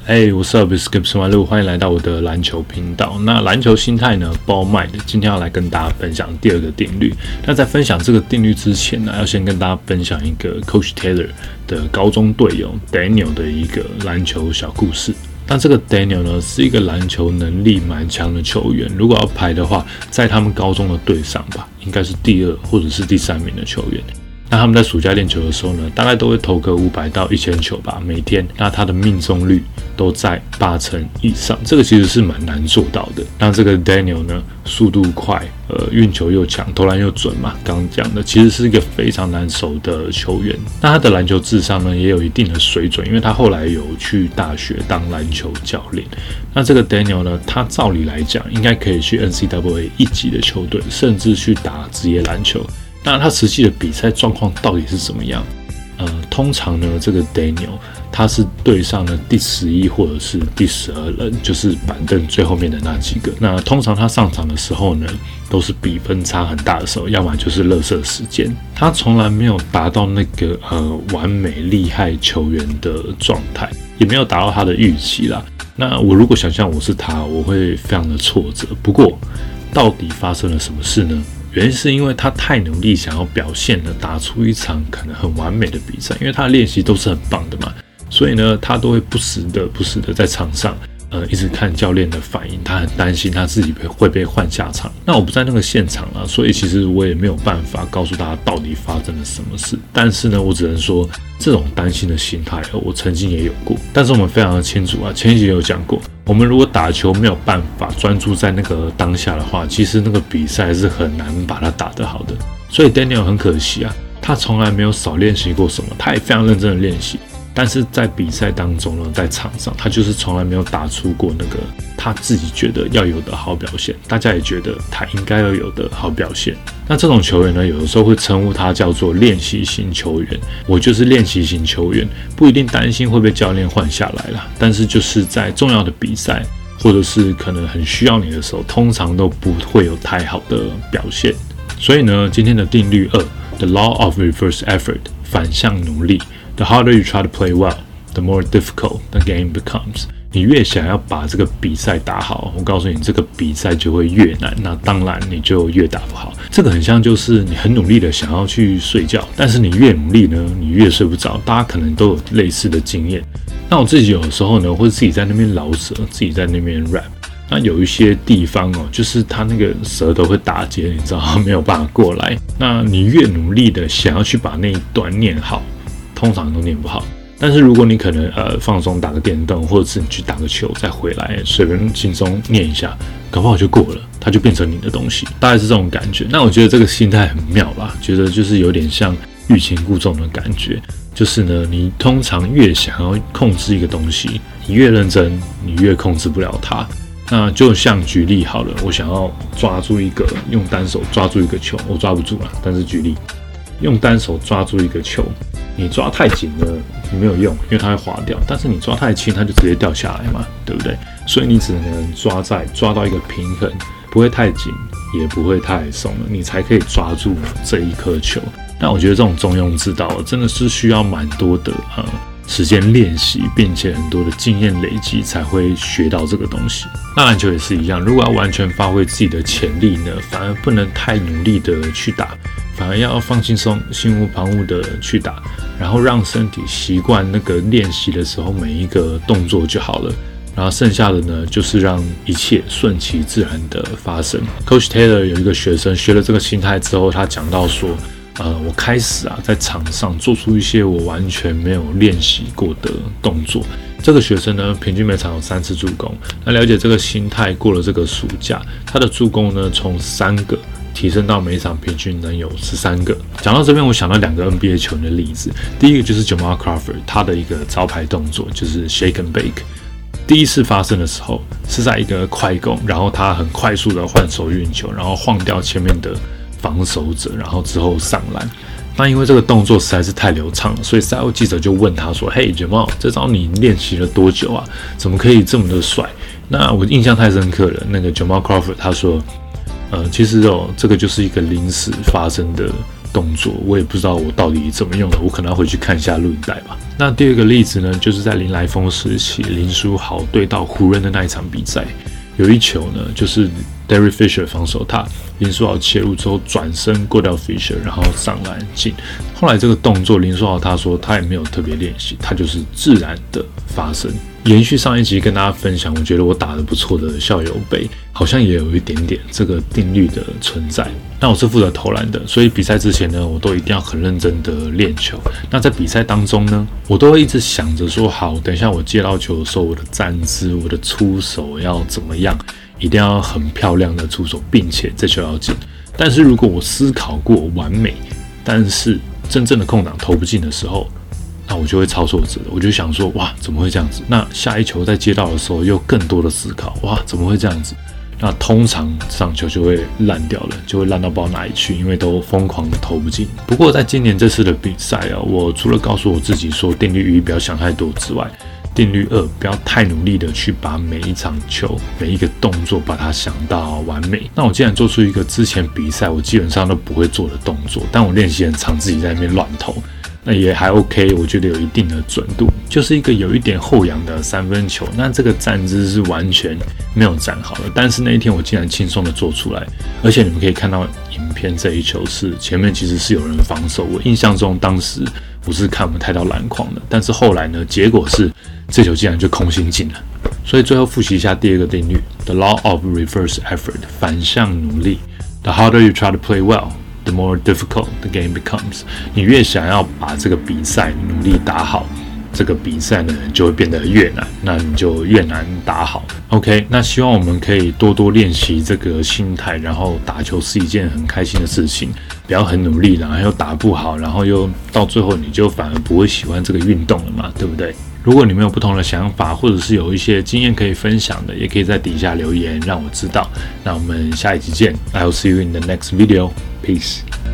What's up? It's Skip Smile， 欢迎来到我的篮球频道。那篮球心态呢 ，Ball Mind， 今天要来跟大家分享第二个定律。那在分享这个定律之前呢，要先跟大家分享一个 Coach Taylor 的高中队友 Daniel 的一个篮球小故事。那这个 Daniel 呢，是一个篮球能力蛮强的球员。如果要排的话，在他们高中的队上吧，应该是第2或者是第3名的球员。那他们在暑假练球的时候呢，大概都会投个500到1000球吧，每天。那他的命中率都在80%以上，这个其实是蛮难做到的。那这个 Daniel 呢，速度快，运球又强，投篮又准嘛，刚刚讲的，其实是一个非常难守的球员。那他的篮球智商呢，也有一定的水准，因为他后来有去大学当篮球教练。那这个 Daniel 呢，他照理来讲，应该可以去 NCAA 1级的球队，甚至去打职业篮球。那他实际的比赛状况到底是怎么样？通常呢，这个 Daniel 他是队上的第11或者是第12人，就是板凳最后面的那几个。那通常他上场的时候呢，都是比分差很大的时候，要么就是垃圾时间。他从来没有达到那个完美厉害球员的状态，也没有达到他的预期啦。那我如果想象我是他，我会非常的挫折。不过，到底发生了什么事呢？原因是因为他太努力想要表现了，打出一场可能很完美的比赛，因为他的练习都是很棒的嘛，所以呢，他都会不时的在场上，一直看教练的反应，他很担心他自己会被换下场。那我不在那个现场啦，所以其实我也没有办法告诉大家到底发生了什么事。但是呢，我只能说这种担心的心态，我曾经也有过。但是我们非常的清楚啊，前一集有讲过。我们如果打球没有办法专注在那个当下的话，其实那个比赛是很难把它打得好的。所以 Daniel 很可惜啊，他从来没有少练习过什么，他也非常认真的练习。但是在比赛当中呢，在场上他就是从来没有打出过那个他自己觉得要有的好表现，大家也觉得他应该要有的好表现。那这种球员呢，有的时候会称呼他叫做练习型球员。我就是练习型球员，不一定担心会被教练换下来啦，但是就是在重要的比赛或者是可能很需要你的时候，通常都不会有太好的表现。所以呢，今天的定律2 The Law of Reverse Effort 反向努力。The harder you try to play well, the more difficult the game becomes. 你越想要把这个比赛打好，我告诉你，这个比赛就会越难。那当然你就越打不好。这个很像就是你很努力的想要去睡觉，但是你越努力呢，你越睡不着。大家可能都有类似的经验。那我自己有的时候呢，会自己在那边饶舌，自己在那边 rap。那有一些地方就是他那个舌头会打结，你知道没有办法过来。那你越努力的想要去把那一段念好，通常都念不好。但是如果你可能放松打个电动，或者是你去打个球再回来，随便轻松念一下，搞不好就过了，它就变成你的东西，大概是这种感觉。那我觉得这个心态很妙吧，觉得就是有点像欲擒故纵的感觉。就是呢，你通常越想要控制一个东西，你越认真，你越控制不了它。那就像举例好了，我想要抓住一个，用单手抓住一个球，我抓不住了，但是举例，用单手抓住一个球，你抓太紧了，你没有用，因为它会滑掉。但是你抓太轻，它就直接掉下来嘛，对不对？所以你只能抓到一个平衡，不会太紧，也不会太松了，你才可以抓住这一颗球。那我觉得这种中庸之道真的是需要蛮多的时间练习，并且很多的经验累积才会学到这个东西。那篮球也是一样，如果要完全发挥自己的潜力呢，反而不能太努力的去打，反而要放轻松，心无旁骛的去打，然后让身体习惯那个练习的时候每一个动作就好了。然后剩下的呢，就是让一切顺其自然的发生。Coach Taylor 有一个学生学了这个心态之后，他讲到说，我开始在场上做出一些我完全没有练习过的动作。这个学生呢，平均每场有3次助攻。那了解这个心态，过了这个暑假，他的助攻呢，从3个提升到每场平均能有13个。讲到这边，我想到2个 NBA 球员的例子。第一个就是 Jamal Crawford， 他的一个招牌动作就是 Shake and Bake。第一次发生的时候是在一个快攻，然后他很快速的换手运球，然后晃掉前面的防守者，然后之后上篮。那因为这个动作实在是太流畅了，所以赛后记者就问他说：“嘿 ，Jamal， 这招你练习了多久啊？怎么可以这么的帅？”那我印象太深刻了。那个 Jamal Crawford 他说：“其实这个就是一个临时发生的动作，我也不知道我到底怎么用的，我可能要回去看一下录影带吧。那第二个例子呢，就是在林来疯时期，林书豪对到湖人的那一场比赛，有一球呢，就是 Derek Fisher 防守他，林书豪切入之后转身过掉 Fisher， 然后上篮进。后来这个动作，林书豪他说他也没有特别练习，他就是自然的发生。延续上一集跟大家分享，我觉得我打得不错的校友杯，好像也有一点点这个定律的存在。那我是负责投篮的，所以比赛之前呢，我都一定要很认真的练球。那在比赛当中呢，我都会一直想着说，好，等一下我接到球的时候，我的站姿、我的出手要怎么样，一定要很漂亮的出手，并且这球要进。但是如果我思考过完美，但是真正的空档投不进的时候，那我就会超挫折的，我就想说，哇，怎么会这样子？那下一球在接到的时候，又更多的思考，哇，怎么会这样子？那通常上球就会烂掉了，就会烂到不知道哪里去，因为都疯狂的投不进。不过在今年这次的比赛啊，我除了告诉我自己说定律1不要想太多之外，定律2不要太努力的去把每一场球、每一个动作把它想到完美。那我既然做出一个之前比赛我基本上都不会做的动作，但我练习很常自己在那边乱投。那也还 OK， 我觉得有一定的准度，就是一个有一点后仰的3分球。那这个站姿是完全没有站好的，但是那一天我竟然轻松的做出来，而且你们可以看到影片，这一球是前面其实是有人防守。我印象中当时不是看不太到篮筐的，但是后来呢，结果是这球竟然就空心进了。所以最后复习一下第二个定律 ：The law of reverse effort， 反向努力。The harder you try to play well，the more difficult the game becomes。 你越想要把这个比赛努力打好，这个比赛呢就会变得越难，那你就越难打好。OK， 那希望我们可以多多练习这个心态，然后打球是一件很开心的事情，不要很努力，然后又打不好，然后又到最后你就反而不会喜欢这个运动了嘛，对不对？如果你们有不同的想法，或者是有一些经验可以分享的，也可以在底下留言让我知道。那我们下一集见， I'll see you in the next video. Peace.